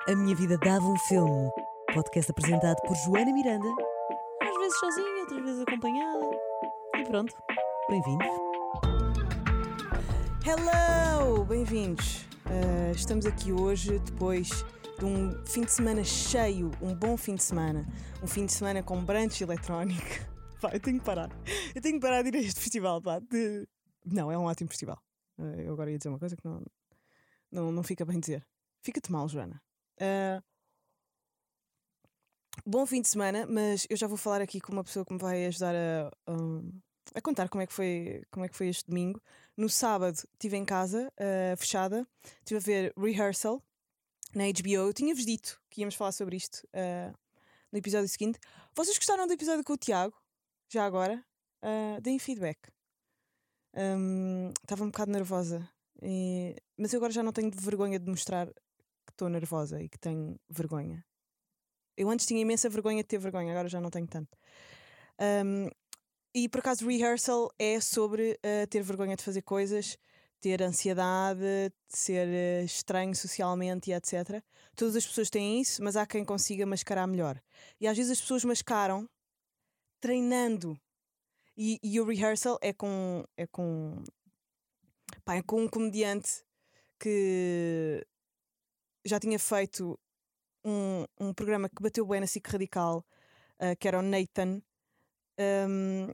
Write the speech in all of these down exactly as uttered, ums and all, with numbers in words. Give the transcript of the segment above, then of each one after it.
A Minha Vida Dava um Filme. Podcast apresentado por Joana Miranda. Às vezes sozinha, outras vezes acompanhada. E pronto, bem-vindos. Hello! Bem-vindos! Uh, estamos aqui hoje depois de um fim de semana cheio, um bom fim de semana. Um fim de semana com brunch eletrónico. Pá, eu tenho que parar. Eu tenho que parar de ir a este festival, pá. De... Não, é um ótimo festival. Uh, eu agora ia dizer uma coisa que não, não, não fica bem dizer. Fica-te mal, Joana. Uh, bom fim de semana, mas eu já vou falar aqui com uma pessoa que me vai ajudar a, um, a contar como é, que foi, como é que foi este domingo. No sábado estive em casa, uh, fechada, estive a ver Rehearsal na H B O. Eu tinha-vos dito que íamos falar sobre isto uh, no episódio seguinte. Vocês gostaram do episódio com o Tiago? Já agora? Uh, deem feedback. Um, Estava um bocado nervosa, e... mas eu agora já não tenho vergonha de mostrar que estou nervosa e que tenho vergonha. Eu antes tinha imensa vergonha de ter vergonha, agora já não tenho tanto. Um, e por acaso, Rehearsal é sobre uh, ter vergonha de fazer coisas, ter ansiedade, ser uh, estranho socialmente e etcétera. Todas as pessoas têm isso, mas há quem consiga mascarar melhor. E às vezes as pessoas mascaram treinando. E, e o Rehearsal é com, é com, pá, é com um comediante que já tinha feito um, um programa que bateu bem na S I C Radical, uh, que era o Nathan. Um,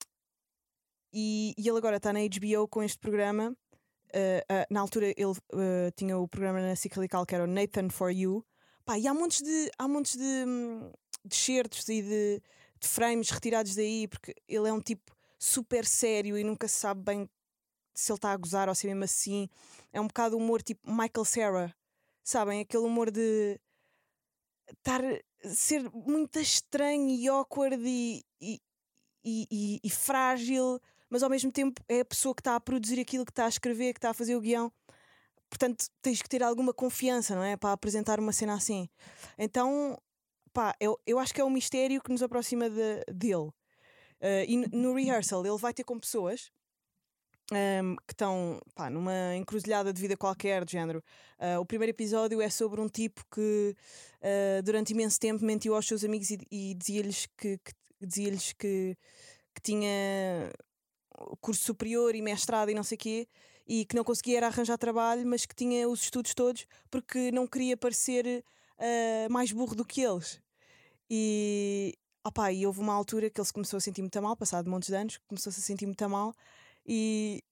e, e ele agora está na H B O com este programa. Uh, uh, na altura ele uh, tinha o programa na S I C Radical que era o Nathan for You. Pá, e há montes de, há montes de, hum, de certos e de, de frames retirados daí, porque ele é um tipo super sério e nunca se sabe bem se ele está a gozar ou se é mesmo assim. É um bocado humor tipo Michael Cera, sabem? Aquele humor de estar ser muito estranho e awkward e, e, e, e, e frágil, mas ao mesmo tempo é a pessoa que está a produzir aquilo, que está a escrever, que está a fazer o guião. Portanto, tens que ter alguma confiança, não é? Para apresentar uma cena assim. Então, pá, eu, eu acho que é um mistério que nos aproxima de, dele. Uh, e no Rehearsal ele vai ter com pessoas Um, que estão pá, numa encruzilhada de vida qualquer, de género. Uh, o primeiro episódio é sobre um tipo que uh, durante imenso tempo mentiu aos seus amigos e, e dizia-lhes que, que, dizia-lhes que, que tinha curso superior e mestrado e não sei o quê, e que não conseguia era arranjar trabalho, mas que tinha os estudos todos porque não queria parecer uh, mais burro do que eles. E, opá, e houve uma altura que ele se começou a sentir muito mal, passado montes de anos, começou-se a sentir muito mal. E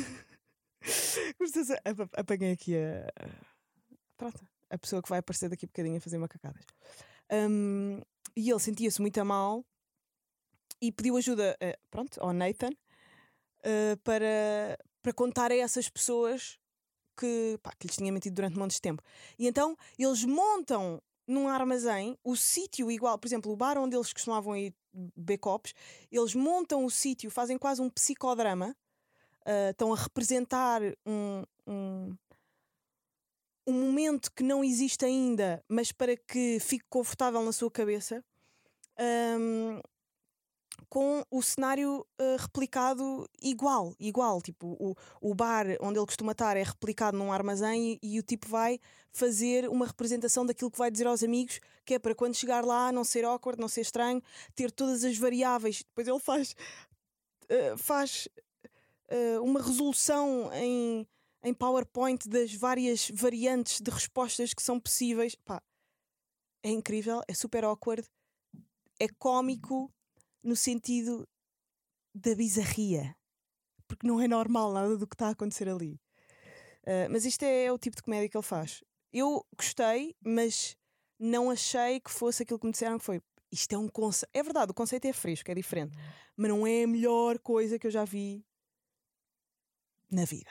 apaguei aqui a, pronto, a pessoa que vai aparecer daqui a bocadinho a fazer macacadas. Um, e ele sentia-se muito a mal e pediu ajuda uh, pronto, ao Nathan uh, para, para contar a essas pessoas que, pá, que lhes tinha mentido durante um monte de tempo. E então eles montam num armazém o sítio igual, por exemplo, o bar onde eles costumavam ir beber copos, eles montam o sítio, fazem quase um psicodrama. Uh, estão a representar um, um, um momento que não existe ainda, mas para que fique confortável na sua cabeça, um, com o cenário uh, replicado igual, igual. Tipo, o, o bar onde ele costuma estar é replicado num armazém e, e o tipo vai fazer uma representação daquilo que vai dizer aos amigos, que é para quando chegar lá não ser awkward, não ser estranho, ter todas as variáveis. Depois ele faz... Uh, faz Uh, uma resolução em, em PowerPoint das várias variantes de respostas que são possíveis. Pá, é incrível, é super awkward, é cómico no sentido da bizarria, porque não é normal nada do que está a acontecer ali. Uh, mas isto é, é o tipo de comédia que ele faz. Eu gostei, mas não achei que fosse aquilo que me disseram que foi. Isto é um conceito. É verdade, o conceito é fresco, é diferente, mas não é a melhor coisa que eu já vi na vida.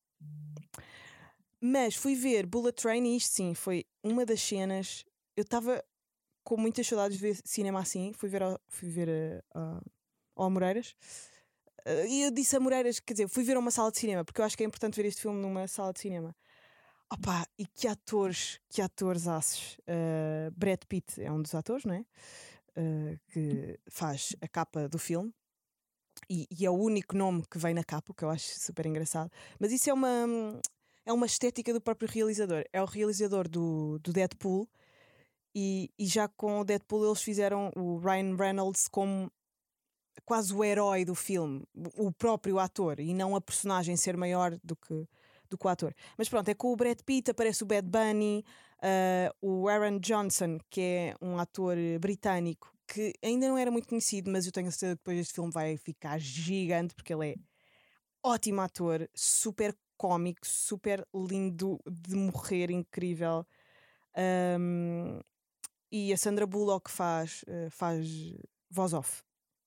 Mas fui ver Bullet Train e isto sim, foi uma das cenas. Eu estava com muitas saudades de ver cinema assim. Fui ver ao, fui ver uh, uh, ao Amoreiras. Uh, e eu disse a Amoreiras, quer dizer, fui ver a uma sala de cinema, porque eu acho que é importante ver este filme numa sala de cinema. Opa, e que atores, que atores aços. Uh, Brad Pitt é um dos atores, não é? Uh, que faz a capa do filme. E, e é o único nome que vem na capa, o que eu acho super engraçado. Mas isso é uma... é uma estética do próprio realizador. É o realizador do, do Deadpool, e, e já com o Deadpool eles fizeram o Ryan Reynolds como quase o herói do filme, o próprio ator, e não a personagem ser maior do que, do que o ator. Mas pronto, é com o Brad Pitt, aparece o Bad Bunny, uh, o Aaron Johnson, que é um ator britânico que ainda não era muito conhecido, mas eu tenho a certeza que depois este filme vai ficar gigante, porque ele é ótimo ator, super cómico, super lindo de morrer, incrível. Um, e a Sandra Bullock faz, uh, faz voz off.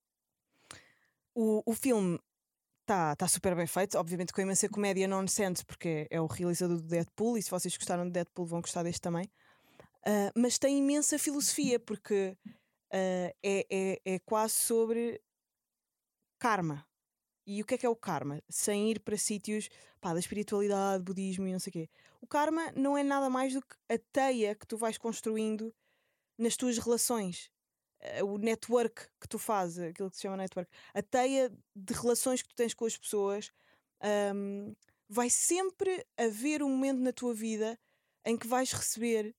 O, o filme está tá super bem feito, obviamente com a imensa comédia nonsense, porque é o realizador do Deadpool, e se vocês gostaram do Deadpool vão gostar deste também. Uh, mas tem imensa filosofia, porque uh, é, é, é quase sobre karma. E o que é que é o karma? Sem ir para sítios, pá, da espiritualidade, budismo e não sei o quê. O karma não é nada mais do que a teia que tu vais construindo nas tuas relações. Uh, o network que tu fazes, aquilo que se chama network, a teia de relações que tu tens com as pessoas, um, vai sempre haver um momento na tua vida em que vais receber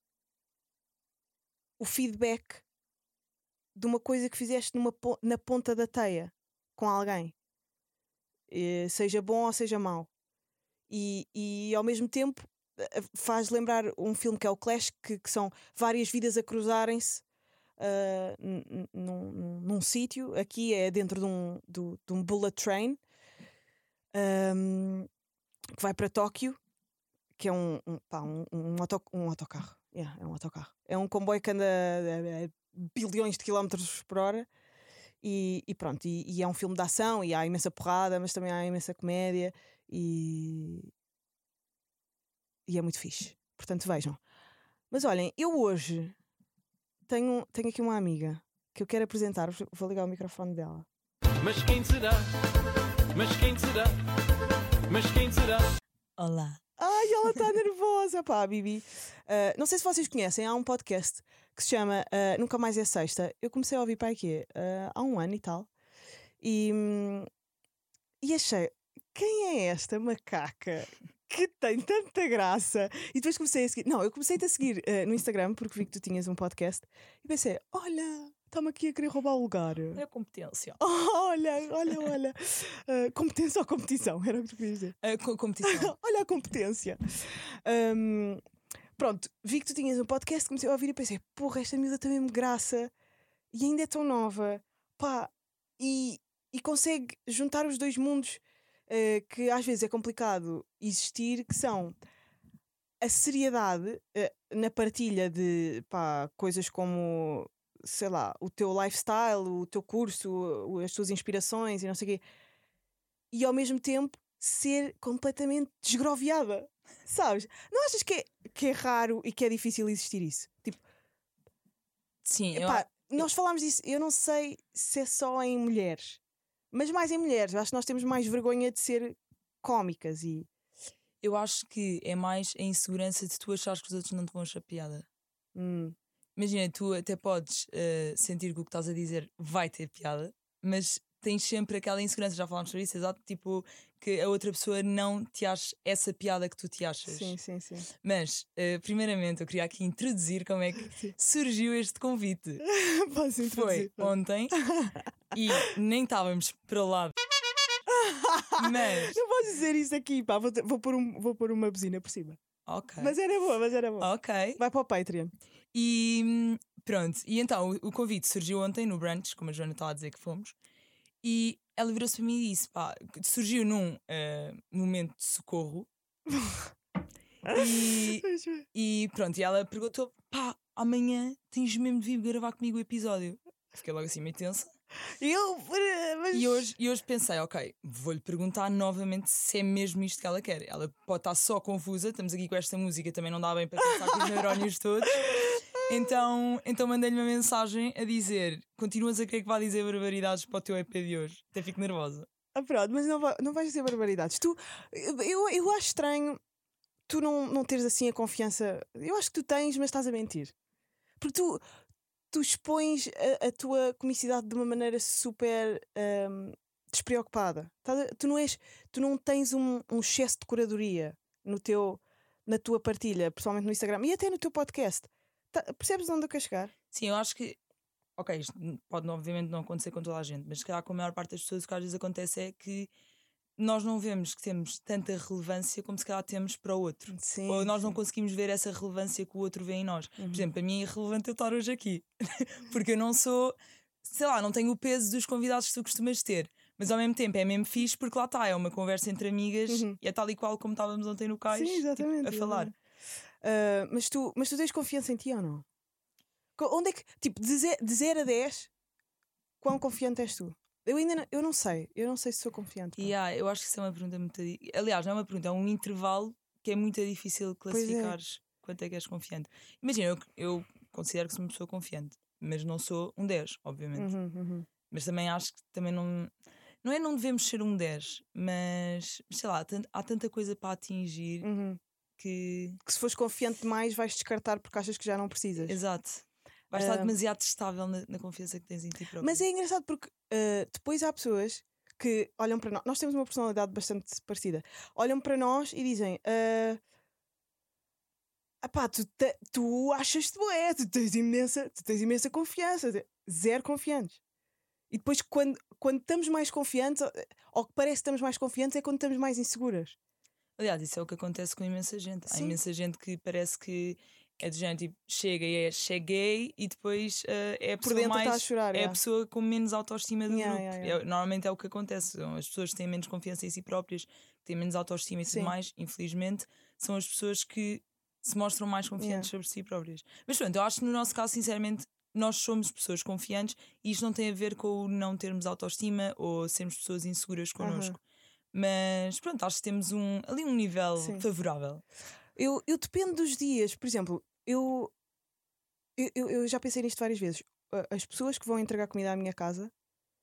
o feedback de uma coisa que fizeste numa, na ponta da teia com alguém, uh, seja bom ou seja mau, e, e ao mesmo tempo uh, faz lembrar um filme que é o Clash, que, que são várias vidas a cruzarem-se Uh, num, num, num sítio. Aqui é dentro de um, de, de um bullet train, um, que vai para Tóquio, que é um, um, pá, um, um, auto, um autocarro. Yeah, é um autocarro. É um comboio que anda a, a bilhões de quilómetros por hora. E, e pronto, e, e é um filme de ação, e há imensa porrada, mas também há imensa comédia, e, e é muito fixe. Portanto, vejam. Mas olhem, eu hoje Tenho, tenho aqui uma amiga que eu quero apresentar. Vou ligar o microfone dela. Mas quem será? Mas quem será? Mas quem será? Olá. Ai, ela está nervosa, pá, Bibi. Uh, não sei se vocês conhecem, há um podcast que se chama uh, Nunca Mais é Sexta. Eu comecei a ouvir para aqui uh, há um ano e tal. E, hum, e achei, quem é esta macaca que tem tanta graça? E depois comecei a seguir. Não, eu comecei a seguir uh, no Instagram, porque vi que tu tinhas um podcast, e pensei: olha, está-me aqui a querer roubar o lugar. É competência. Olha, olha, olha. Uh, competência ou competição? Era o que tu querias dizer. Uh, co competição. Olha a competência. Um, pronto, vi que tu tinhas um podcast, comecei a ouvir e pensei: porra, esta miúda tem mesmo graça e ainda é tão nova. Pá, e, e consegue juntar os dois mundos. Uh, que às vezes é complicado existir, que são a seriedade uh, na partilha de pá, coisas como, sei lá, o teu lifestyle, o teu curso, o, as tuas inspirações e não sei o quê, e ao mesmo tempo ser completamente desgroviada, sabes? Não achas que é, que é raro e que é difícil existir isso? Tipo, sim, epá, eu... nós falámos disso, eu não sei se é só em mulheres, mas mais em mulheres. Eu acho que nós temos mais vergonha de ser cómicas e... Eu acho que é mais a insegurança de tu achares que os outros não te vão achar piada. Hum. Imagina, tu até podes uh, sentir que o que estás a dizer vai ter piada, mas tens sempre aquela insegurança, já falámos sobre isso, exato, tipo, que a outra pessoa não te acha essa piada que tu te achas. Sim, sim, sim. Mas, uh, primeiramente, eu queria aqui introduzir como é que sim. surgiu este convite. Posso introduzir? Foi ontem e nem estávamos para lá. Mas... não posso dizer isso aqui, pá, vou, vou, pôr um, vou pôr uma buzina por cima. Ok. Mas era boa, mas era boa. Ok. Vai para o Patreon. E pronto, e então o, o convite surgiu ontem no brunch, como a Joana estava a dizer que fomos, e ela virou-se para mim e disse: pá, surgiu num uh, momento de socorro. e, e pronto, e ela perguntou: pá, amanhã tens mesmo de vir gravar comigo o episódio. Fiquei logo assim meio tensa. Eu, mas... E, hoje, e hoje pensei: ok, vou-lhe perguntar novamente se é mesmo isto que ela quer. Ela pode estar só confusa, estamos aqui com esta música, também não dá bem para pensar com os neurónios todos. Então, então mandei-lhe uma mensagem a dizer: continuas a querer que vá dizer barbaridades para o teu E P de hoje? Até fico nervosa. Ah, pronto, mas não, vai, não vais dizer barbaridades. Tu, eu, eu acho estranho tu não, não teres assim a confiança. Eu acho que tu tens, mas estás a mentir. Porque tu, tu expões a, a tua comicidade de uma maneira super um, despreocupada. Tu não, és, tu não tens um, um excesso de curadoria. no teu, na tua partilha, pessoalmente no Instagram e até no teu podcast, tá, percebes onde eu quero chegar? Sim, eu acho que, ok, isto pode obviamente não acontecer com toda a gente, mas se calhar com a maior parte das pessoas o que às vezes acontece é que nós não vemos que temos tanta relevância como se calhar temos para o outro. Sim, Ou nós sim. não conseguimos ver essa relevância que o outro vê em nós. Uhum. Por exemplo, para mim é irrelevante eu estar hoje aqui. Porque eu não sou, sei lá, não tenho o peso dos convidados que tu costumas ter. Mas ao mesmo tempo é mesmo fixe porque lá está, é uma conversa entre amigas Uhum. e é tal e qual como estávamos ontem no cais, Sim, exatamente, tipo, a falar. exatamente. Uh, mas, tu, mas tu tens confiança em ti ou não? Co- Onde é que, tipo, de ze- de zero a dez, quão confiante és tu? Eu ainda não, eu não sei, eu não sei se sou confiante. pá. E ah, eu acho que isso é uma pergunta muito. di- Aliás, não é uma pergunta, é um intervalo que é muito difícil é. classificares quanto é que és confiante. Imagina, eu, eu considero que sou uma pessoa confiante, mas não sou um dez, obviamente. Uhum, uhum. Mas também acho que também não. Não é não devemos ser um dez, mas sei lá, há tant- há tanta coisa para atingir Uhum. que. Que se fores confiante demais vais descartar porque achas que já não precisas. Exato. Vais estar Ah, demasiado testável na, na confiança que tens em ti próprio. Mas é engraçado porque uh, depois há pessoas que olham para nós. Nós temos uma personalidade bastante parecida. Olham para nós e dizem: uh, "Apá, tu, te- tu achas-te bué, tu tens imensa, tu tens imensa confiança." Zero confiantes. E depois, quando, quando estamos mais confiantes, ou- ou que parece que estamos mais confiantes, é quando estamos mais inseguras. Aliás, isso é o que acontece com imensa gente. Há Sim. imensa gente que parece que é de gente, tipo, chega e é cheguei e depois eh, é a Por pessoa dentro mais. está a chorar. É a yeah. pessoa com menos autoestima do Yeah, grupo. yeah, yeah. É- normalmente é o que acontece. São as pessoas que têm menos confiança em si próprias, que têm menos autoestima e Sim. tudo mais, infelizmente, são as pessoas que se mostram mais confiantes sobre si próprias. Mas pronto, eu acho que no nosso caso, sinceramente, nós somos pessoas confiantes e isto não tem a ver com o não termos autoestima ou sermos pessoas inseguras connosco. Mas pronto, acho que temos um, ali um nível Sim. favorável. Eu, eu dependo dos dias. Por exemplo, eu, eu, eu- eu já pensei nisto várias vezes. A- As pessoas que vão entregar comida à minha casa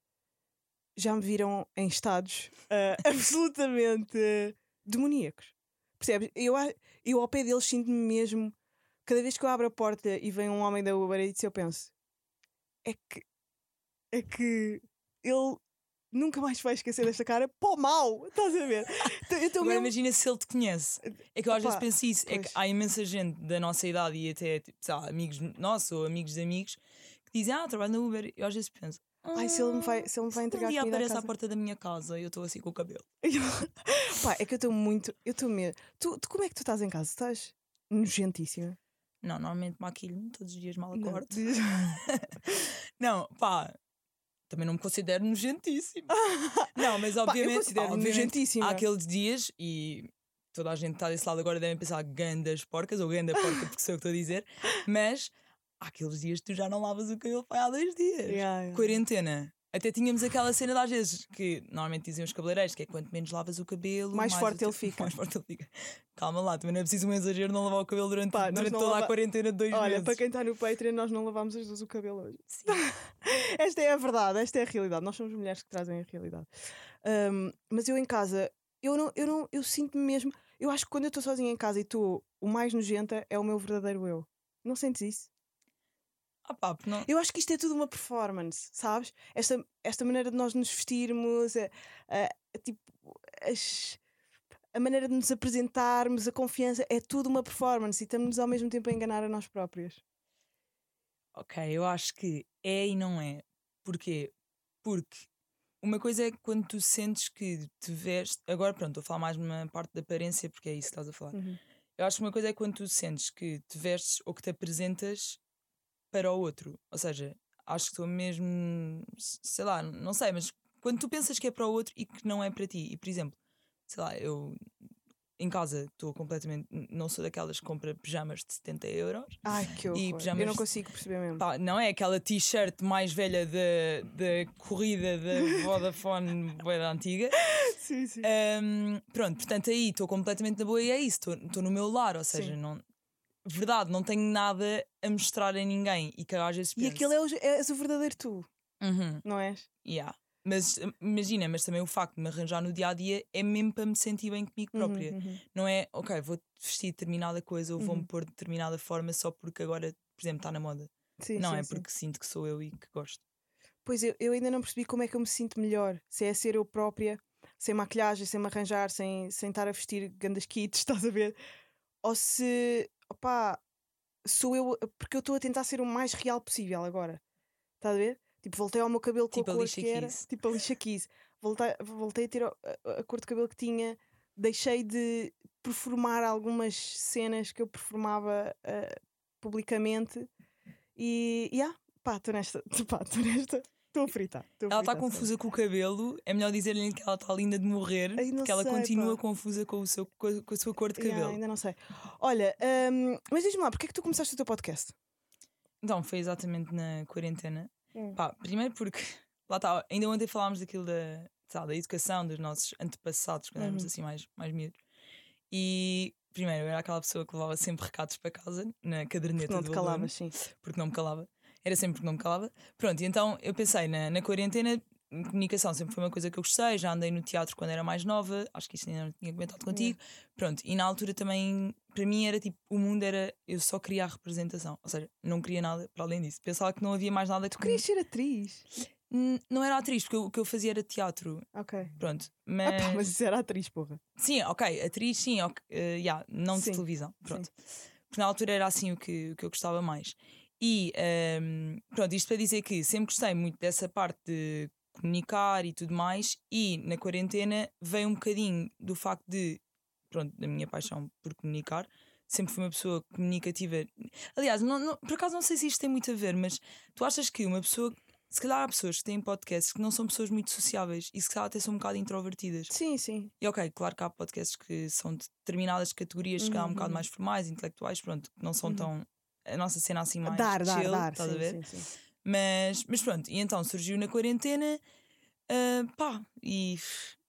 já me viram em estados ah, absolutamente demoníacos. Percebes? Eu, a- eu ao pé deles sinto-me mesmo. Cada vez que eu abro a porta e vem um homem da Uber Eats, eu penso: é que, é que ele nunca mais vai esquecer desta cara para o mal. Estás a ver? Então, eu estou Agora mesmo. imagina se ele te conhece. É que eu às Opa, vezes penso isso. É que pois. há imensa gente da nossa idade e até, tipo, sei lá, amigos nossos ou amigos de amigos que dizem, ah, trabalho na Uber. Eu às vezes penso, Ai, se ele me vai, "Ah, se ele me vai se entregar um dia comida à aparece à casa. porta da minha casa e eu estou assim com o cabelo. Pá, é que eu estou muito. Eu estou mesmo. Tu, tu como é que tu estás em casa? Estás nojentíssima. Não, normalmente maquilho-me todos os dias mal Não, acordo. diz- Não, pá, também não me considero nojentíssimo. Não, mas Pá, eu obviamente, considero pá, obviamente nojentíssima. há aqueles dias e toda a gente está desse lado agora devem pensar gandas porcas ou ganda porca porque sou eu que estou a dizer, mas há aqueles dias que tu já não lavas o cabelo pai, há dois dias. Yeah, yeah. Quarentena. Até tínhamos aquela cena de às vezes que normalmente diziam os cabeleireiros que é quanto menos lavas o cabelo, Mais o forte teu- ele fica. Mais forte ele fica. Calma lá, também não é preciso um exagero não lavar o cabelo durante, Pá, nós durante não toda lava- a quarentena de dois Olha, meses. para quem está no Patreon, nós não lavamos as duas o cabelo hoje. Sim. Esta é a verdade, esta é a realidade. Nós somos mulheres que trazem a realidade. Ahm, mas eu em casa, eu não, eu não, eu sinto-me mesmo. Eu acho que quando eu estou sozinha em casa e estou o mais nojenta é o meu verdadeiro eu. Não sentes isso? Ah, pá, porque não... Eu acho que isto é tudo uma performance, sabes? Esta, esta maneira de nós nos vestirmos, a, a- a, tipo, as- a maneira de nos apresentarmos, a confiança, é tudo uma performance e estamos ao mesmo tempo a enganar a nós próprias. Ok, eu acho que é e não é. Porquê? Porque uma coisa é quando tu sentes que te vestes. Agora, pronto, estou a falar mais numa parte da aparência, porque é isso que estás a falar. Uhum. Eu acho que uma coisa é quando tu sentes que te vestes ou que te apresentas para o outro. Ou seja, acho que estou mesmo. Sei lá, não sei, mas quando tu pensas que é para o outro e que não é para ti. E, por exemplo, sei lá, eu em casa estou completamente. Não sou daquelas que compra pijamas de setenta euros. Ai, que E horror. pijamas Eu não de- consigo perceber mesmo. Pá, não é aquela t-shirt mais velha da, da corrida da Vodafone bué da antiga. Sim, sim. Ahm, pronto, portanto aí estou completamente na boa e é isso, estou no meu lar, ou seja, Sim. não, verdade, não tenho nada a mostrar a ninguém e que às vezes E penso, aquele é o, és o verdadeiro tu, "Uhum, não és? yeah." Mas hum, imagina, mas também o facto de me arranjar no dia a dia é mesmo para me sentir bem comigo própria. Uhum, uhum. Não é, ok, vou vestir determinada coisa ou vou-me Uhum. pôr de determinada forma só porque agora, por exemplo, está na moda. Sim, Não, sim, é sim. porque sinto que sou eu e que gosto. Pois eu, eu ainda não percebi como é que eu me sinto melhor. Se é ser eu própria sem maquilhagem, sem me arranjar, sem, sem estar a vestir grandes kits, estás a ver? Ou se, opá, sou eu, porque eu estou a tentar ser o mais real possível agora, estás a ver? Tipo, voltei ao meu cabelo com Tipo a a cor Alicia que era, Keys. tipo a Alicia Keys. Voltei, voltei a ter a, a- a cor de cabelo que tinha, deixei de performar algumas cenas que eu performava ah, publicamente e, e ah, pá, estou nesta, pá, estou nesta, estou a fritar. estou a Ela está fritar, sério. confusa com o cabelo, é melhor dizer-lhe que ela está linda de morrer, Ai, não porque ela sei, continua pá. confusa com, o seu, com, a, com a sua cor de Yeah, cabelo. ainda não sei. Olha, hum, mas diz-me lá, porque é que tu começaste o teu podcast? Então, foi exatamente na quarentena. Hum. Pá, primeiro porque, lá está, ainda ontem falámos daquilo da, sabe, da educação dos nossos antepassados, quando éramos Uhum. assim mais, mais miúdos. E, primeiro, eu era aquela pessoa que levava sempre recados para casa, na Porque caderneta não do te aluno, calavas, sim. porque não me calava. Era sempre porque não me calava. Pronto, e então eu pensei na, na quarentena, comunicação sempre foi uma coisa que eu gostei, já andei no teatro quando era mais nova, acho que isto ainda não tinha comentado contigo. Pronto, e na altura também, para mim era tipo, o mundo era, eu só queria a representação, ou seja, não queria nada para além disso. Pensava que não havia mais nada que Tu querias me- ser atriz? N- Não era atriz, porque eu- o que eu fazia era teatro. Ok. Pronto, Ah, pá, mas, mas isso era atriz, porra. sim, ok, atriz, sim, ok, eh, yeah, não de Sim, televisão. Pronto. Porque na altura era assim o que, o que eu gostava mais. E ehm, pronto, isto para dizer que sempre gostei muito dessa parte de comunicar e tudo mais, e na quarentena veio um bocadinho do facto de, pronto, da minha paixão por comunicar. Sempre fui uma pessoa comunicativa. Aliás, não, não- por acaso não sei se isto tem muito a ver, mas tu achas que uma pessoa. Se calhar há pessoas que têm podcasts que não são pessoas muito sociáveis e se calhar até são um bocado introvertidas. Sim, sim. E ok, claro que há podcasts que são de determinadas categorias, se calhar um Uhum, bocado uhum. mais formais, intelectuais, pronto, que não são Uhum. tão. A nossa cena assim mais Dar, dar, chill, dar. estás a Sim, ver? sim, sim. Mas, mas pronto, e então surgiu na quarentena, ah, pá, e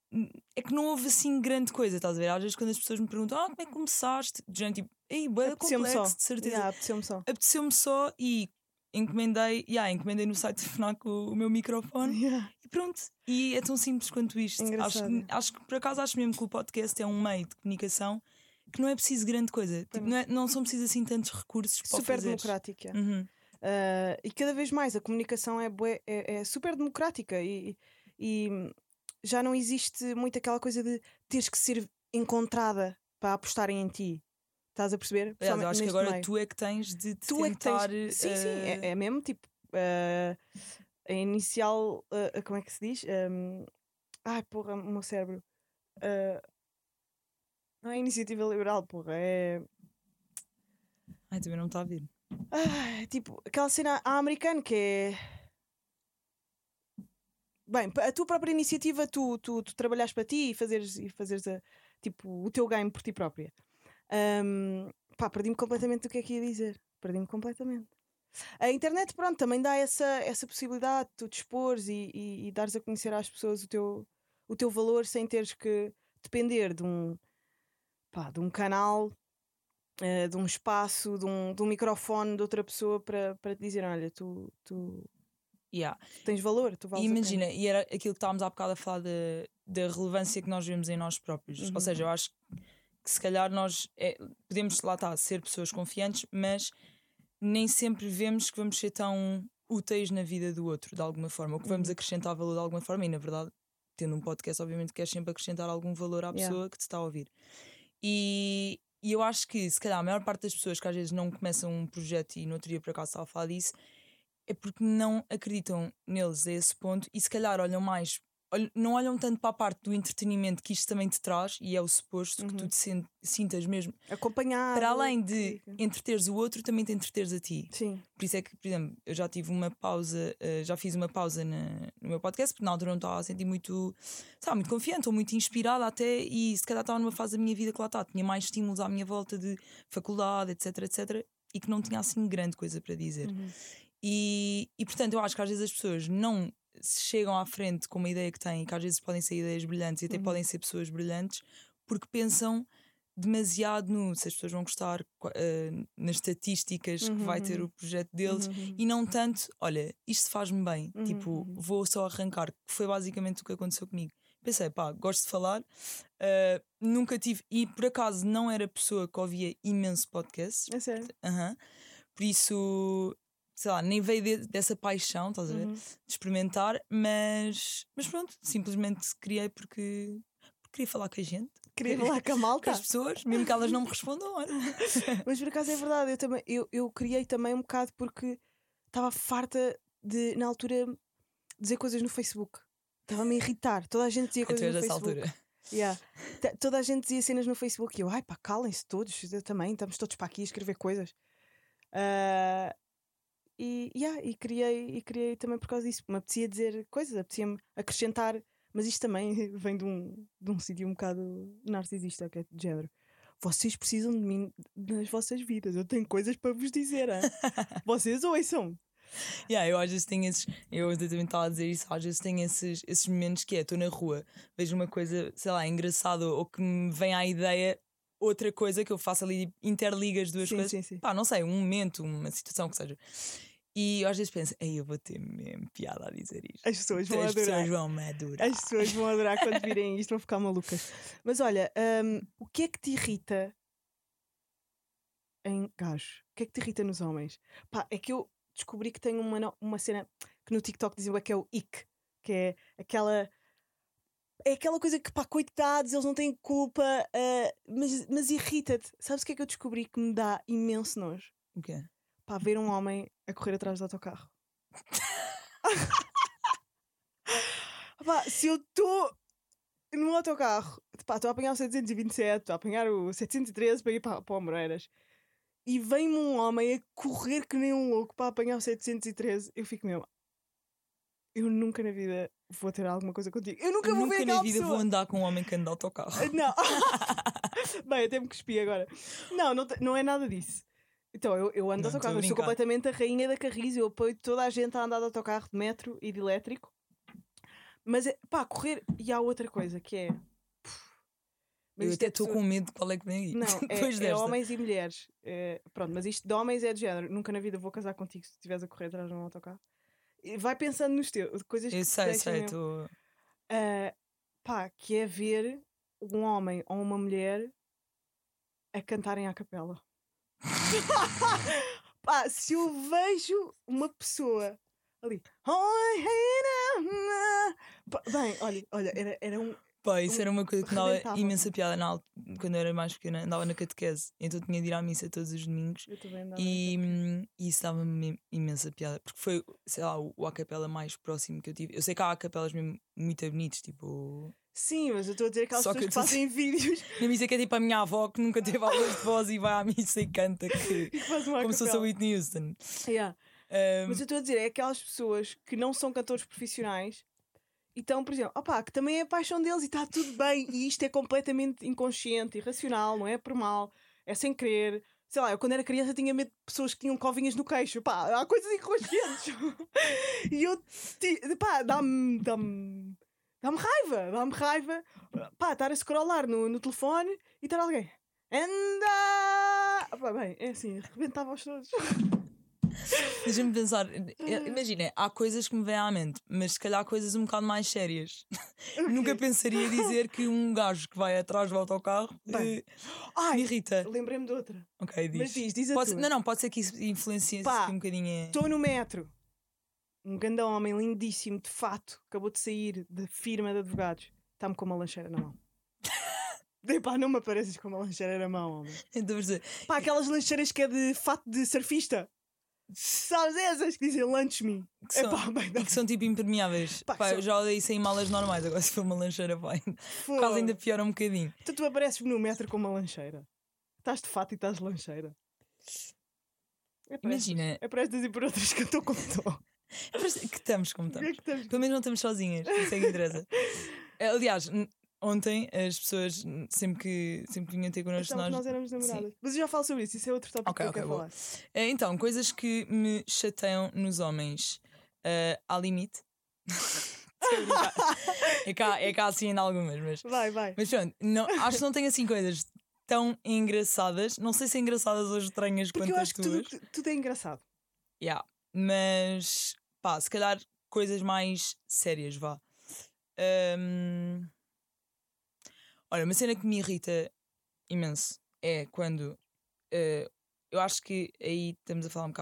é que não houve assim grande coisa, estás a ver? Às vezes quando as pessoas me perguntam, ah, como é que começaste? De gente tipo, ei, bué da Apeteceu-me complexo, só. de certeza. Yeah, apeteceu-me só. Apeteceu-me só e encomendei, yeah, encomendei no site de FNAC o, o meu microfone Yeah. e pronto. E é tão simples quanto isto. Acho, Engraçado. que- acho que por acaso acho mesmo que o podcast é um meio de comunicação que não é preciso grande coisa. Tipo, não, é- não são precisos assim tantos recursos para o Super fazeres. democrática. Uhum. Uh, e cada vez mais a comunicação é, bué- é, é super democrática e, e já não existe muito aquela coisa de teres que ser encontrada para apostarem em ti. Estás a perceber? Aliás, eu Principalmente acho que neste agora meio. tu é que tens de te Tu é que tentar. tens. Sim, sim, eh, é, é mesmo tipo. uh, a inicial. uh, como é que se diz? Um, ai, porra, o meu cérebro. Uh, não é iniciativa liberal, porra. É. Ai, também não está a vir. Ah, tipo, aquela cena à americana que é. Bem, a tua própria iniciativa, tu, tu, tu trabalhares para ti e fazeres, e fazeres a, tipo, o teu ganho por ti própria. Ahm, pá, perdi-me completamente do que é que ia dizer. Perdi-me completamente. A internet, pronto, também dá essa, essa possibilidade de tu te expores e, e, e dares a conhecer às pessoas o teu, o teu valor sem teres que depender de um, pá, de um canal, eh, de um espaço, de um, de um microfone de outra pessoa para, para te dizer: olha, tu, tu, Yeah. tu tens valor, tu E vales a pena. imagina, e era aquilo que estávamos há bocado a falar da, da relevância que nós vemos em nós próprios. Uhum. Ou seja, eu acho que se calhar nós é, podemos lá estar ser pessoas confiantes, mas nem sempre vemos que vamos ser tão úteis na vida do outro, de alguma forma, ou que vamos Uhum. acrescentar valor de alguma forma, e na verdade, tendo um podcast, obviamente queres sempre acrescentar algum valor à Yeah. pessoa que te está a ouvir. E, e eu acho que se calhar a maior parte das pessoas que às vezes não começam um projeto, e no outro dia por acaso estava a falar disso, é porque não acreditam neles a esse ponto e se calhar olham mais, olh- não olham tanto para a parte do entretenimento que isto também te traz, e é o suposto que tu Uhum. te sen- sintas mesmo. Acompanhado. Para além de que- entreteres o outro, também te entreteres a ti. Sim. Por isso é que, por exemplo, eu já tive uma pausa, eh, já fiz uma pausa na- no meu podcast, porque na altura não estava a sentir muito, sabe, muito confiante ou muito inspirada até, e se calhar estava numa fase da minha vida que lá está, tinha mais estímulos à minha volta de faculdade, etc, etc, e que não tinha assim grande coisa para dizer. Uhum. E, e portanto, eu acho que às vezes as pessoas não se chegam à frente com uma ideia que têm, que às vezes podem ser ideias brilhantes e até Uhum. podem ser pessoas brilhantes, porque pensam demasiado no se as pessoas vão gostar, qua- eh, nas estatísticas que vai ter Uhum. o projeto deles, Uhum. e não tanto, olha, isto faz-me bem, Uhum, tipo, uhum. vou só arrancar, que foi basicamente o que aconteceu comigo. Pensei, pá, gosto de falar, eh, nunca tive, e por acaso não era pessoa que ouvia imenso podcasts, É sério. aham. Por isso, sei lá, nem veio de- dessa paixão, estás a ver? Uhum. De experimentar, mas, mas pronto, simplesmente criei porque, porque queria falar com a gente, Queria falar com a com malta. as pessoas, mesmo que elas não me respondam. Olha. Mas por acaso é verdade, eu, também, eu, eu criei também um bocado porque estava farta de, na altura, dizer coisas no Facebook. Estava-me a irritar. Toda a gente dizia Tu és coisas no dessa Facebook. altura. Yeah. T- Toda a gente dizia cenas no Facebook e eu, ai pá, calem-se todos, eu também, estamos todos para aqui a escrever coisas. Ah, e, yeah, e, criei, e criei também por causa disso. Me apetecia dizer coisas, apetecia-me acrescentar, mas isto também vem de um, de um sítio um bocado narcisista, que é de género. Vocês precisam de mim nas vossas vidas, eu tenho coisas para vos dizer. Hein? Vocês ouçam. Yeah, eu às vezes tenho esses, eu também estava a dizer isso, às vezes tenho esses, esses momentos que é, estou na rua, vejo uma coisa, sei lá, engraçada ou que me vem à ideia outra coisa que eu faço ali, interliga as duas Sim, coisas, sim, sim. pá, não sei, um momento, uma situação que seja. E eu às vezes penso, ei, eu vou ter mesmo piada a dizer isto. As pessoas vão As adorar. pessoas vão me adorar. As pessoas vão adorar quando virem isto, vão ficar malucas. Mas olha, hum, o que é que te irrita em gajos? O que é que te irrita nos homens? Pá, é que eu descobri que tenho uma, no- uma cena que no TikTok dizem que é o ick, que é aquela. É aquela coisa que, pá, coitados, eles não têm culpa, ah, mas, mas irrita-te. Sabes o que é que eu descobri que me dá imenso nojo? O quê? Pá, ver um homem a correr atrás do autocarro. Pá, se eu estou num autocarro, pá, estou a apanhar o setecentos e vinte e sete, estou a apanhar o setecentos e treze para ir para, para o Moreiras e vem-me um homem a correr que nem um louco para apanhar o setecentos e treze, eu fico mesmo. Eu nunca na vida vou ter alguma coisa contigo. Eu nunca Eu vou nunca ver na aquela vida pessoa. vou andar com um homem que anda de autocarro. Não. Bem, até me cuspi agora. Não, não, te- não é nada disso. Então, eu, eu ando de Não, autocarro, estou a eu sou brincar. completamente a rainha da carris, eu apoio toda a gente a andar de autocarro, de metro e de elétrico. Mas, é, pá, correr. E há outra coisa que é. Mas Eu isto até é estou pessoa- com medo de qual é que vem aí. Não, Depois é, é desta. homens e mulheres. É, pronto, mas isto de homens é de género. Nunca na vida vou casar contigo se estiveres a correr atrás de um autocarro. E vai pensando nos teus, coisas que Eu te sei, deixam sei, mesmo. estou. Ah, pá, que é ver um homem ou uma mulher a cantarem à capela. Pá, se eu vejo uma pessoa ali. "Oi, hey, na, na", pá, bem, olha, olha, era, era um. Pá, isso Um- era uma coisa que me dava rebentava-me. imensa piada na alt... quando eu era mais pequena, andava na catequese, então tinha de ir à missa todos os domingos Eu também andava e, naquele- hum, e isso dava-me mesmo imensa piada, porque foi, sei lá, o, o a capela mais próximo que eu tive. Eu sei que há a capelas mesmo muito bonitos, tipo. Sim, mas eu estou a dizer aquelas Só que pessoas que eu tô- fazem vídeos Na missa que é tipo a minha avó que nunca teve aulas de voz e vai à missa e canta que, e que fazem uma como se fosse a capela. Whitney Houston. Yeah. Um, Mas eu estou a dizer, é aquelas pessoas que não são cantores profissionais e estão, por exemplo, opá, que também é a paixão deles e está tudo bem, e isto é completamente inconsciente, irracional, não é por mal, é sem querer. Sei lá, eu quando era criança tinha medo de pessoas que tinham covinhas no queixo, pá, há coisas inconscientes. E eu, ti- pá, dá-me, dá-me, dá-me raiva, dá-me raiva, pá, estar a scrollar no, no telefone e estar alguém, anda, pá, bem, é assim, rebentava-os todos. Deixa-me pensar, eh, imagina, há coisas que me vêm à mente, mas se calhar coisas um bocado mais sérias. Nunca pensaria dizer que um gajo que vai atrás do autocarro Bem. eh, Ai, me irrita. lembrei-me de outra. Ok, diz. Mas diz, diz a Pode ser- tua. não, não, pode ser que isso influencie Pá, aqui um bocadinho. eh, Estou no metro. Um grande homem lindíssimo, de fato, acabou de sair da firma de advogados. Está-me com uma lancheira na mão. Epá, não me apareces com uma lancheira na mão, homem. Estou a dizer, Pá, aquelas lancheiras que é de fato de surfista. Sabes essas que dizem lunch me? que são, Epá, bem, e que são tipo impermeáveis. Pá, Pá, são- eu já odeio isso em malas normais, agora se for uma lancheira, vai. foda. Quase ainda piora um bocadinho. Então tu apareces no metro com uma lancheira. Estás de fato e estás de lancheira. É por Imagina. estas- É por estas e por outras que eu estou como estou. É por isso que estamos como O que é estamos. que estamos? Pelo menos não estamos sozinhas, isso é que interessa. Eh, Aliás, n- ontem as pessoas n- sempre que, sempre que vinham ter connosco, Achava que nós. nós éramos Sim. namoradas. Mas eu já falo sobre isso, isso é outro tópico Ok, que eu ok, quero boa. falar. Eh, Então, coisas que me chateiam nos homens. Eh, há limite. Estou a brincar. é, cá, é cá assim ainda algumas, mas. Vai, vai. Mas pronto, não, acho que não tenho assim coisas tão engraçadas. Não sei se engraçadas ou estranhas Porque quanto eu as acho que tudo, tuas. tudo é engraçado. Yeah. Mas pá, se calhar coisas mais sérias, vá. Ahm, Olha, uma cena que me irrita imenso é quando eh, eu acho que aí estamos a falar um bocado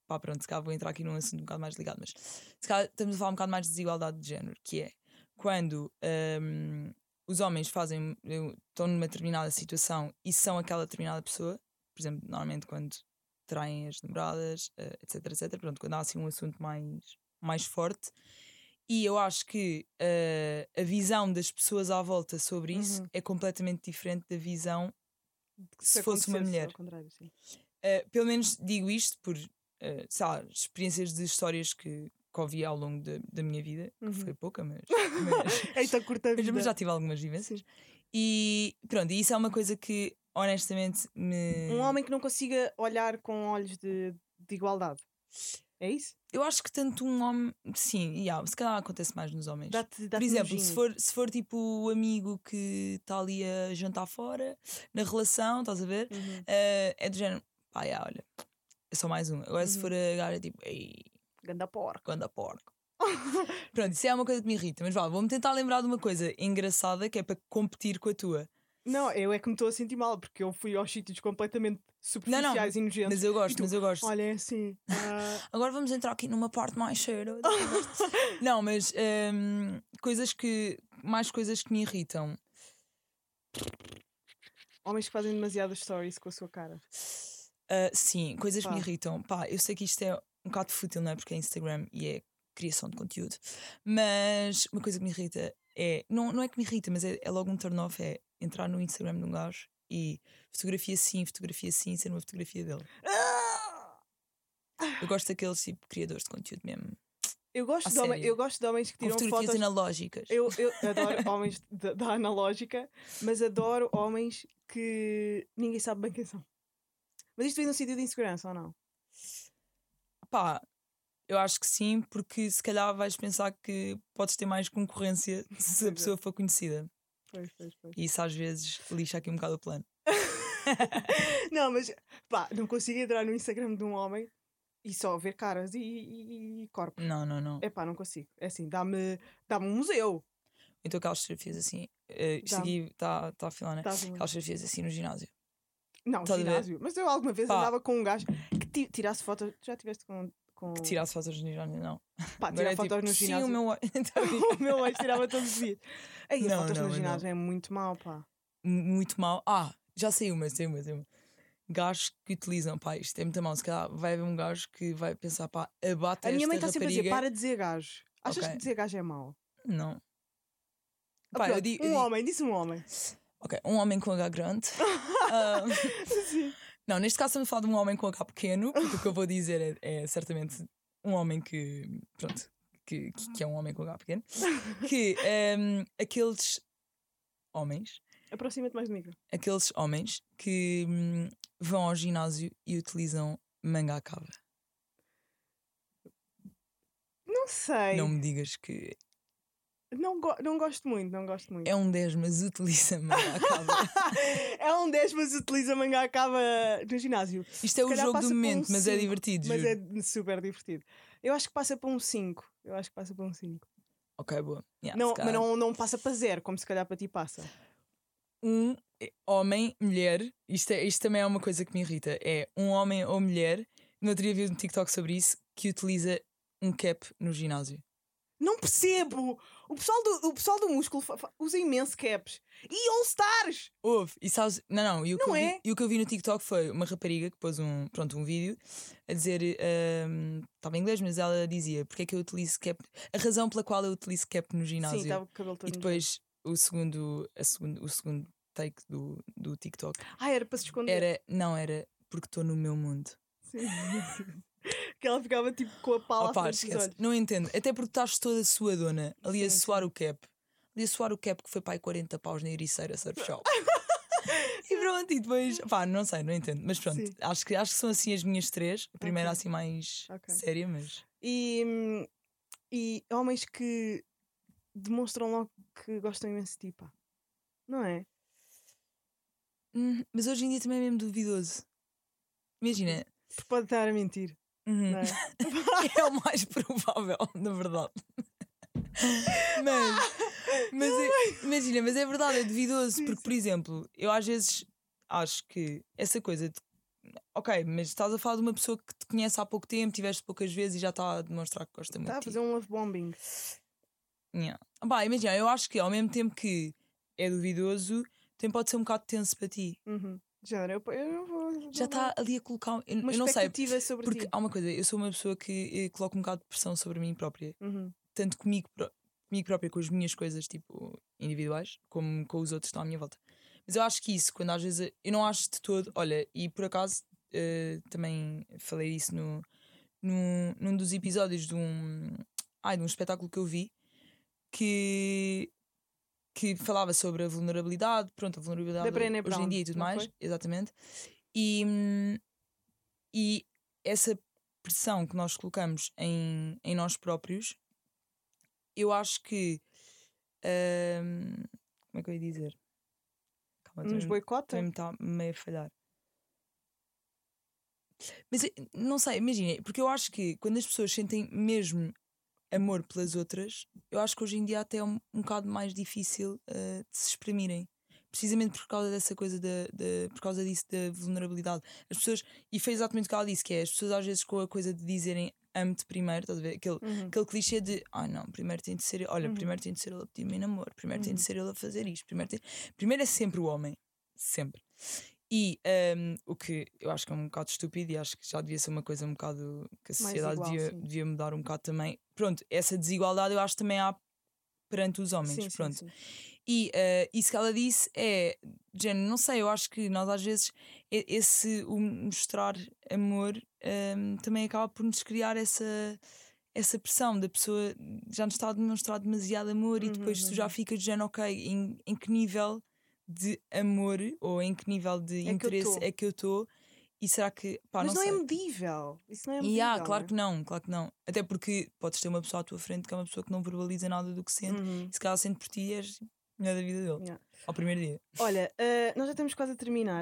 pá, pronto, se calhar vou entrar aqui num assunto um bocado mais ligado, mas se calhar estamos a falar um bocado mais de desigualdade de género, que é quando um, os homens fazem, estão numa determinada situação e são aquela determinada pessoa, por exemplo, normalmente quando traem as namoradas, uh, etc, etc, pronto, quando há assim um assunto mais, mais forte. E eu acho que uh, a visão das pessoas à volta sobre isso Uhum. é completamente diferente da visão Se se fosse uma acontecesse mulher. ao contrário, sim. Uh, pelo menos digo isto por uh, sei lá, experiências de histórias que, que ouvi ao longo da, da minha vida, Uhum. que foi pouca, mas, mas, Eita, curta a mas, vida. mas já tive algumas vivências. Sim. E pronto, e isso é uma coisa que honestamente me. Um homem que não consiga olhar com olhos de, de igualdade. É isso? Eu acho que tanto um homem. Sim, yeah, se calhar acontece mais nos homens. Dá-te, dá-te Por exemplo, nojinho. se for, se for tipo o amigo que está ali a jantar fora, na relação, estás a ver? Uhum. Uh, é do género, pá, yeah, olha, é só mais um. Agora, se Uhum. for a gara, tipo, ei, Ganda porca. ganda porco. Pronto, isso é uma coisa que me irrita. Mas vá, vou-me tentar lembrar de uma coisa engraçada que é para competir com a tua. Não, eu é que me estou a sentir mal, porque eu fui aos sítios completamente Não, não, superficiais e nojentos. mas eu E gosto, tu, mas eu gosto. olha, é assim. ah, Agora vamos entrar aqui numa parte mais cheira. Não, mas hum, coisas que. Mais coisas que me irritam. Homens que fazem demasiadas stories com a sua cara. Uh, sim, coisas que Pá. me irritam. Pá, eu sei que isto é um bocado fútil, não é? Porque é Instagram e é criação de conteúdo. Mas uma coisa que me irrita é. Não, não é que me irrita, mas é, é logo um turn off. É entrar no Instagram de um gajo e fotografia sim, fotografia sim, ser uma fotografia dele. Eu gosto daqueles tipo criadores de conteúdo mesmo. Eu gosto, A de homem, sério? eu gosto de homens que Com tiram fotografias fotos. analógicas. Eu, eu adoro homens da, da analógica, mas adoro homens que ninguém sabe bem quem são. Mas isto vem no sítio de insegurança ou não? Pá, eu acho que sim, porque se calhar vais pensar que podes ter mais concorrência se Pois a é. pessoa for conhecida. Pois, pois, pois. E isso às vezes lixa aqui um bocado o plano. Não, mas pá, não consigo entrar no Instagram de um homem e só ver caras e, e, e corpos. Não, não, não. É pá, não consigo. É assim, dá-me dá um museu. Então aquelas fotografias assim. Uh, isto Dá-me. aqui está tá a filar, né? Tá bom. Aquelas fotografias assim no ginásio. Não, Estás a ver? ginásio. Mas eu alguma vez Pá. andava com um gajo que ti- tirasse fotos. Já tiveste com. com... Que tirasse fotos no ginásio, não. Pá, Agora tirar é fotos tipo, no sim, ginásio. o meu. O meu ex tirava todos os dias. Aí, as Não, fotos não, no mas ginásio é muito mau, pá. Muito mal. Ah, já saiu uma, saiu uma, saiu uma. Gajos que utilizam, pá, isto é muito mal. Se calhar vai haver um gajo que vai pensar, pá, abate A minha esta mãe está sempre a dizer: rapariga. para de dizer gajo. Achas Ok. que dizer gajo é mau? Não. Ah, Pá, eu pronto, digo, um eu digo- homem, disse um homem. Ok, um homem com H grande. Ah, Sim. não, neste caso estamos a falar de um homem com H pequeno, porque o que eu vou dizer é, é certamente um homem que. Pronto, que, que, que é um homem com H pequeno. Que ehm, aqueles homens, Aproxima-te mais do micro. aqueles homens que hum, vão ao ginásio e utilizam manga à cava. Não sei. Não me digas que Não, go- não gosto muito, não gosto muito. é um dez, mas utiliza manga à cava. É um dez, mas utiliza manga à cava no ginásio. Isto é o calhar jogo passa do por um momento, mas é cinco, divertido. Mas juro. é super divertido. Eu acho que passa para um cinco. Eu acho que passa para um cinco. Ok, boa. Yeah, Não, se mas calhar. não, não passa para zero, como se calhar para ti passa. Um homem, mulher, isto, é, isto também é uma coisa que me irrita. É um homem ou mulher, no outro dia vi um TikTok sobre isso, que utiliza um cap no ginásio. Não percebo! O pessoal do, o pessoal do músculo fa- fa- usa imenso caps. E All-Stars! Houve, e sabes, não, não, e o, que Não eu é? vi, e o que eu vi no TikTok foi uma rapariga que pôs um, pronto, um vídeo a dizer, ehm, estava em inglês, mas ela dizia porque é que eu utilizo cap, a razão pela qual eu utilizo cap no ginásio. Sim, estava com o cabelo todo E depois o segundo, a segundo, o segundo take do, do TikTok enrolado. Ah, era para se esconder. era, não, era porque estou no meu mundo. Sim. Que ela ficava tipo com a pala Oh, à pá, frente dos esquece. olhos. Não entendo. Até porque estás toda suadona ali a Sim, suar sim. o cap. Ali a suar o cap que foi para aí quarenta paus na Ericeira Surf Shop. E pronto, e depois, pá, não sei, não entendo. Mas pronto, Sim. acho que, acho que são assim as minhas três. A primeira Ok. assim mais Ok. séria, mas. E, hum, e homens que demonstram logo que gostam imenso de ti, pá. Não é? Hum, mas hoje em dia também é mesmo duvidoso. Imagina. Porque pode estar a mentir, uhum, não é? é o mais provável, na verdade. Mas, mas é- imagina, mas é verdade, é duvidoso. Sim, Porque, sim. por exemplo, eu às vezes acho que essa coisa de. ok, mas estás a falar de uma pessoa que te conhece há pouco tempo, tiveste poucas vezes e já está a demonstrar que gosta muito Está a de ti. fazer um love bombing. Yeah. Bah, imagina, eu acho que ao mesmo tempo que é duvidoso, também pode ser um bocado tenso para ti. Uhum. Género, eu, eu não vou. Já está ali a colocar. Eu, Uma eu não sei. expectativa sobre Porque ti. há uma coisa, eu sou uma pessoa que eh, coloca um bocado de pressão sobre mim própria. Uhum. Tanto comigo, pró- comigo própria, com as minhas coisas, tipo, individuais, como com os outros que estão à minha volta. Mas eu acho que isso, quando às vezes. Eu não acho de todo. Olha, e por acaso eh, também falei isso no, no, num dos episódios de um. Ai, de um espetáculo que eu vi que. que falava sobre a vulnerabilidade, pronto, a vulnerabilidade Da Brené hoje em Brown, dia e tudo não mais, foi? exatamente. E, hum, e essa pressão que nós colocamos em, em nós próprios, eu acho que. hum, como é que eu ia dizer? Calma, Nos também, boicota? também me está meio a falhar. Mas eh, não sei, imagina, porque eu acho que quando as pessoas sentem mesmo amor pelas outras, eu acho que hoje em dia até é um, um bocado mais difícil eh, de se exprimirem. Precisamente por causa dessa coisa, da, da- por causa disso da vulnerabilidade. As pessoas, e foi exatamente o que ela disse, que é as pessoas às vezes com a coisa de dizerem amo-te primeiro, estás a ver? Aquele, Uhum. aquele clichê de ai não, primeiro tem de ser, olha, Uhum. primeiro tem de ser ele a pedir-me em namoro, primeiro tem de Uhum. ser ele a fazer isto, primeiro, tem... primeiro é sempre o homem, sempre. E um, o que eu acho que é um bocado estúpido e acho que já devia ser uma coisa um bocado que a Mais sociedade igual, devia, sim. devia mudar um bocado também. Pronto, essa desigualdade eu acho que também há perante os homens. Sim, sim, Pronto. sim. E uh, isso que ela disse é, género, não sei, eu acho que nós às vezes e- esse o mostrar amor um, também acaba por nos criar essa, essa pressão da pessoa já nos está a demonstrar demasiado amor e Uhum, depois tu já uhum. ficas de género, ok, em, em que nível de amor ou em que nível de É que eu interesse tô. é que eu estou e será que, pá, Mas não não é sei. medível. Isso não é E medível. há, claro não que não, claro que não. Até porque podes ter uma pessoa à tua frente que é uma pessoa que não verbaliza nada do que é? sente, Uhum. e se calhar sente por ti és melhor da vida dele. Yeah. Ao primeiro dia. Olha, ah, nós já estamos quase a terminar,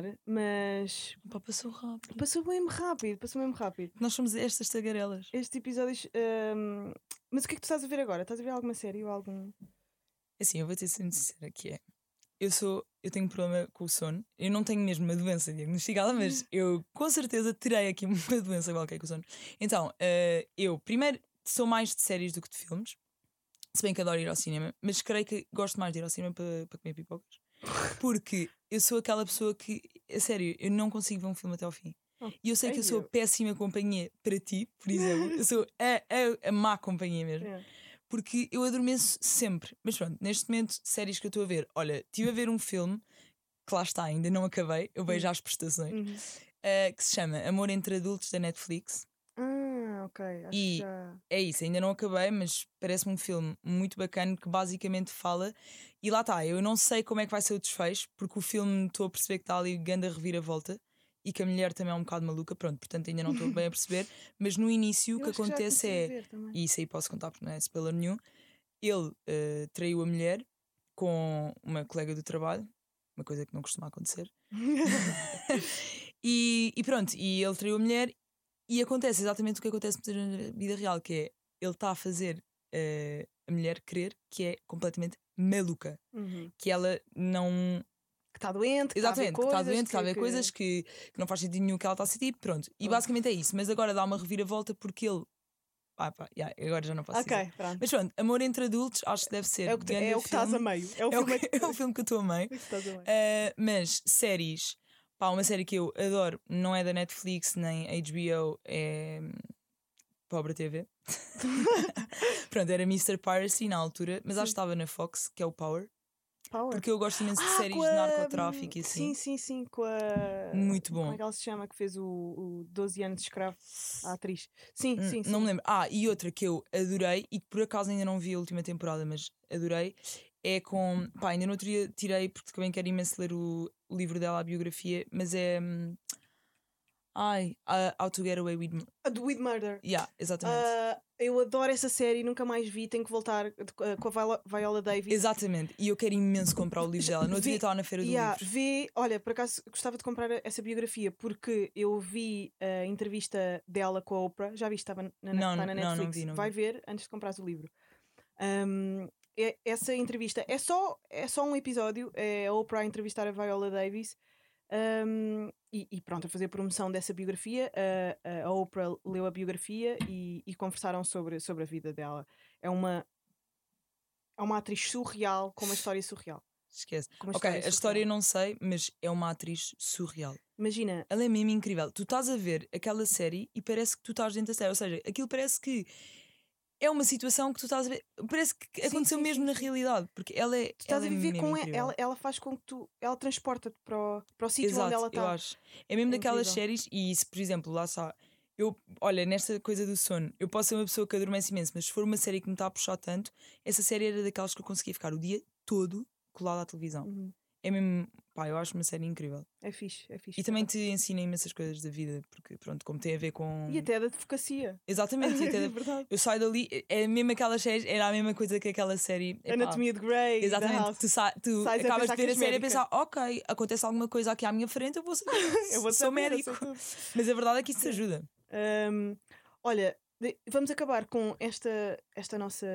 mas Pá, passou rápido. passou mesmo rápido, passou mesmo rápido. Nós somos estas tagarelas. Estes episódios. ahm, Mas o que é que tu estás a ver agora? Estás a ver alguma série ou algum. Assim, eu vou ter sempre sincera que é. Eu sou, eu tenho um problema com o sono. Eu não tenho mesmo uma doença diagnosticada, mas eu com certeza terei aqui uma doença qualquer com o sono. Então, eh, eu primeiro sou mais de séries do que de filmes. Se bem que adoro ir ao cinema, mas creio que gosto mais de ir ao cinema para, para comer pipocas. Porque eu sou aquela pessoa que, a sério, eu não consigo ver um filme até ao fim. E eu sei que eu sou Ok. péssima companhia para ti, por exemplo. Eu sou a, a, a má companhia mesmo. Yeah. Porque eu adormeço sempre. Mas pronto, neste momento, séries que eu estou a ver. Olha, estive a ver um filme que lá está, ainda não acabei. Eu vejo Hum. às prestações. Uhum. eh, que se chama Amor entre Adultos, da Netflix. Ah, ok. Acho que E já. é isso, ainda não acabei, mas parece-me um filme muito bacana que basicamente fala. E lá está, eu não sei como é que vai ser o desfecho, porque o filme estou a perceber que está ali grande a reviravolta e que a mulher também é um bocado maluca, pronto, portanto ainda não estou bem a perceber. Mas no início o Eu que acho que já acontece comecei a é, ver também. e isso aí posso contar porque não é spoiler nenhum, ele eh, traiu a mulher com uma colega do trabalho, uma coisa que não costuma acontecer. e, e pronto, e ele traiu a mulher. E acontece exatamente o que acontece na vida real, que é ele está a fazer eh, a mulher crer que é completamente maluca, Uhum. que ela não. Que está doente, que está a ver Exatamente, que está coisas. doente, que está a ver que- coisas que, que não faz sentido nenhum que ela está a sentir, pronto. E Oh. basicamente é isso, mas agora dá uma reviravolta porque ele. Ah, pá, yeah, agora já não posso Ok, dizer. pronto. Mas pronto, Amor entre Adultos, acho que deve ser. É o que, te- ganda é o que estás a filme. meio. É o É o, filme que- é o filme que eu estou a meio. que estás a meio. Uh, mas séries, pá, uma série que eu adoro, não é da Netflix nem H B O, é hum, Pobre T V. Pronto, era mister Piracy na altura, mas acho que estava na Fox, que é o Power, Power. porque eu gosto imenso de Ah, séries com de a- narcotráfico e assim. Sim, sim, sim. Com a. Muito bom. Como é que ela se chama? Que fez o, o doze anos de escravo? A atriz. Sim, Hum, sim, sim. Não me lembro. Ah, e outra que eu adorei e que por acaso ainda não vi a última temporada, mas adorei, é com. Pá, ainda no outro dia tirei, porque também quero imenso ler o, o livro dela, a biografia, mas é. hum, Ai, uh, How to Get Away with. Mu- A do With Murder. Yeah, exatamente. Ah, eu adoro essa série, nunca mais vi. Tenho que voltar de- ah, com a Viola, Viola Davis. Exatamente, e eu quero imenso comprar o livro dela. No outro Vê- dia estava na feira do Yeah, livro. vê, olha, por acaso gostava de comprar essa biografia porque eu vi a entrevista dela com a Oprah. Já vi, estava na, Não, está na não, Netflix. não vi, não Vai vi. ver antes de comprares o livro. Um, é- essa entrevista é só, é só um episódio. É a Oprah a entrevistar a Viola Davis. Um, e, e pronto, a fazer promoção dessa biografia, a, a Oprah leu a biografia e, e conversaram sobre, sobre a vida dela. É uma, é uma atriz surreal com uma história surreal. Esquece. Com uma Ok, história a história eu surreal. não sei, mas é uma atriz surreal. Imagina, Ela é mesmo incrível. Tu estás a ver aquela série e parece que tu estás dentro da série. Ou seja, aquilo parece que é uma situação que tu estás a ver. Parece que Sim, aconteceu sim, mesmo sim, na sim. realidade. Porque ela é. tu estás ela a viver é com mesmo ela, incrível. ela, ela faz com que tu, ela transporta-te para o, para o sítio Exato, onde ela eu está. acho. É mesmo É daquelas incrível. séries, e se, por exemplo, lá está. Eu, olha, nesta coisa do sono, eu posso ser uma pessoa que adormece imenso, mas se for uma série que me está a puxar tanto, essa série era daquelas que eu conseguia ficar o dia todo colada à televisão. Uhum. É mesmo, pá, eu acho uma série incrível. É fixe, é fixe. E também te ensina imensas coisas da vida, porque pronto, como tem a ver com. E até da advocacia. Exatamente, e até É verdade. eu saio dali, é mesmo aquelas séries, era a mesma coisa que aquela série. Epá, Anatomia de Grey, da exatamente, House. tu, sa tu Sais a acabas pensar de ver que a és série médica. e pensar, ok, acontece alguma coisa aqui à minha frente, eu vou saber. Eu vou Sou saber, eu médico. sei tudo. Mas a verdade é que isso te ajuda. Um, olha, de- vamos acabar com esta, esta nossa.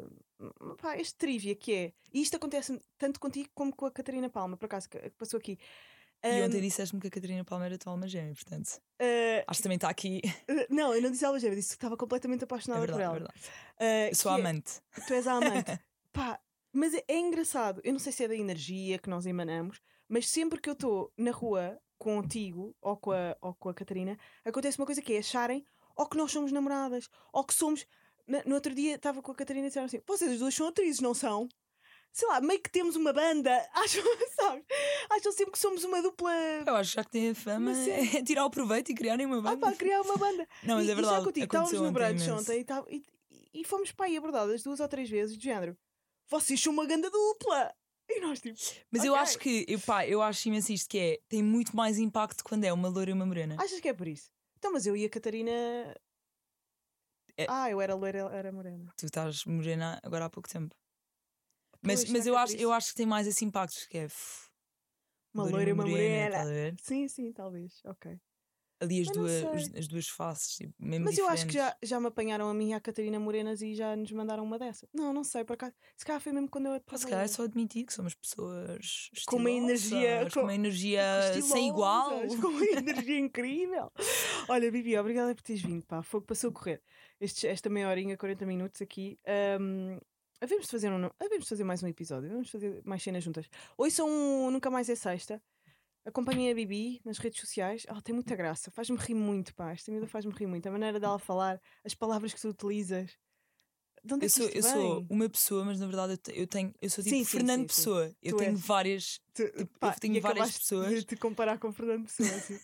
Pá, este trivia que é. E isto acontece tanto contigo como com a Catarina Palma, por acaso, que que passou aqui. E Um, ontem disseste-me que a Catarina Palmeira é tua alma gêmea, portanto, uh, acho que também está aqui. não, eu não disse algo gêmeo, disse que estava completamente É apaixonada verdade, por é ela. verdade. Uh, Eu sou a que é- amante. Tu és a amante. Pá, mas é, é engraçado. Eu não sei se é da energia que nós emanamos, mas sempre que eu estou na rua contigo ou com, a, ou com a Catarina, acontece uma coisa que é acharem ou que nós somos namoradas, ou que somos. Na- No outro dia estava com a Catarina e disseram assim: vocês as duas são atrizes, não são? Sei lá, meio que temos uma banda. Acham, sabes? Acham sempre que somos uma dupla. Eu acho que já que tem a fama Uma série. é tirar o proveito e criarem uma Ah, banda. pá, criar uma banda. Não, mas e, é e já verdade, contigo, estávamos aconteceu no ontem brunch imenso. ontem e, tá- e, e fomos para aí abordadas duas ou três vezes, de género. Vocês são uma ganda dupla! E nós tipo. Mas eu ok. acho que, eu, pá, eu acho imenso isto que é, tem muito mais impacto quando é uma loira e uma morena. Achas que é por isso? Então, mas eu e a Catarina. É. Ah, eu era loira, ela era morena. Tu estás morena agora há pouco tempo. Mas, Pois, mas será eu, que é acho, por eu isso? acho que tem mais esse impacto, que é uf, Uma loira e uma morena. estás a ver? Sim, sim, talvez. Ok. Ali as Mas não duas, sei. os- as duas faces, tipo, mesmo Mas eu acho que já, diferentes. já me apanharam a mim e a Catarina morenas e já nos mandaram uma dessa. Não, não sei, por acaso. Se calhar foi mesmo quando eu Pá, se estava. calhar é só admitir que somos pessoas Com uma energia- estilosas, com uma energia sem igual. estilosas, com uma energia incrível. Olha, Bibi, obrigada por teres vindo, pá. Fogo passou a correr. Estes- esta meia horinha, quarenta minutos aqui. Um, havemos de fazer um, havemos de fazer mais um episódio. Vamos fazer mais cenas juntas. Hoje são um, nunca mais é sexta. Acompanhem a Bibi nas redes sociais. Ela tem muita graça. Faz-me rir muito, pá. Esta miúda faz-me rir muito. A maneira dela falar, as palavras que tu utilizas. De onde é Eu que sou, isto eu sou vem? uma pessoa, mas na verdade eu, te- eu tenho, eu sou tipo Sim, sim, Fernando sim, sim. Pessoa. Eu Tu tenho és. várias. Tu- Tipo, pá, eu tenho e várias acabaste pessoas. de te comparar com Fernando Pessoa, assim.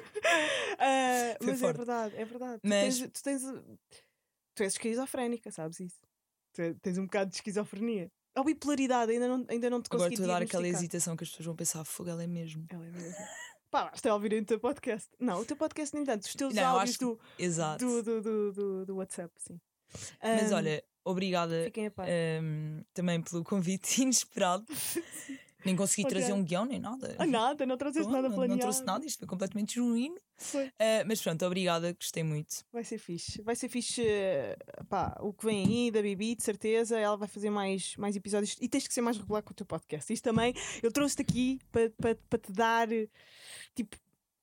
Ah, Foi mas forte. é verdade, é verdade. Mas- Tu, tens, tu, tens, tu és esquizofrénica, sabes isso? Tu tens um bocado de esquizofrenia. Ou bipolaridade, ainda não, ainda não te Agora consegui estou a dar aquela diagnosticar. hesitação que as pessoas vão pensar, fogo, ela é mesmo. Ela é mesmo. Pá, basta ouvirem o teu podcast. Não, o teu podcast nem tanto. Os teus Não, eu áudios acho que- do, Exato. do, do, do, do, do WhatsApp, sim. Mas Ahm, olha, obrigada Fiquem a par. hum, também pelo convite inesperado. Nem consegui Ok. trazer um guião nem nada. Ah, nada, não trouxeste Pronto, nada não, planeado. não trouxe nada, isto foi completamente genuíno. Foi. Uh, mas pronto, obrigada, gostei muito. Vai ser fixe. Vai ser fixe, eh, pá, o que vem aí da Bibi, de certeza. Ela vai fazer mais, mais episódios e tens que ser mais regular com o teu podcast. Isto também, eu trouxe-te aqui para pa, pa te dar, tipo,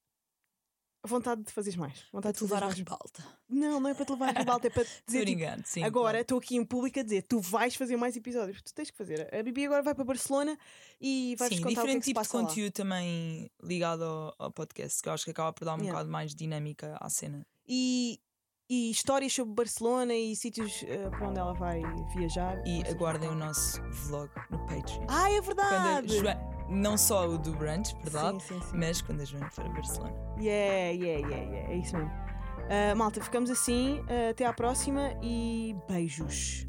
vontade de fazeres mais. Para Vontade te de levar à fazeres mais. ribalta. Não, não é para te levar a ribalta, é para te Estou dizer, tipo, brincando, sim. agora claro. estou aqui em público a dizer, tu vais fazer mais episódios. Tu tens que fazer. A Bibi agora vai para Barcelona e vais Sim, contar o que é diferente que se tipo de passa lá. conteúdo também ligado ao, ao podcast, que eu acho que acaba por dar um Yeah. bocado mais dinâmica à cena. E, e histórias sobre Barcelona e sítios eh, para onde ela vai viajar. E Vai ser aguardem o brutal. nosso vlog no Patreon. Ah, é Quando a verdade! Joana- não só o do brunch, verdade? Sim, sim, sim. Mas quando a Joana for a Barcelona. Yeah, yeah, yeah, yeah, é isso mesmo. Ah, malta, ficamos assim. ah, até à próxima e beijos.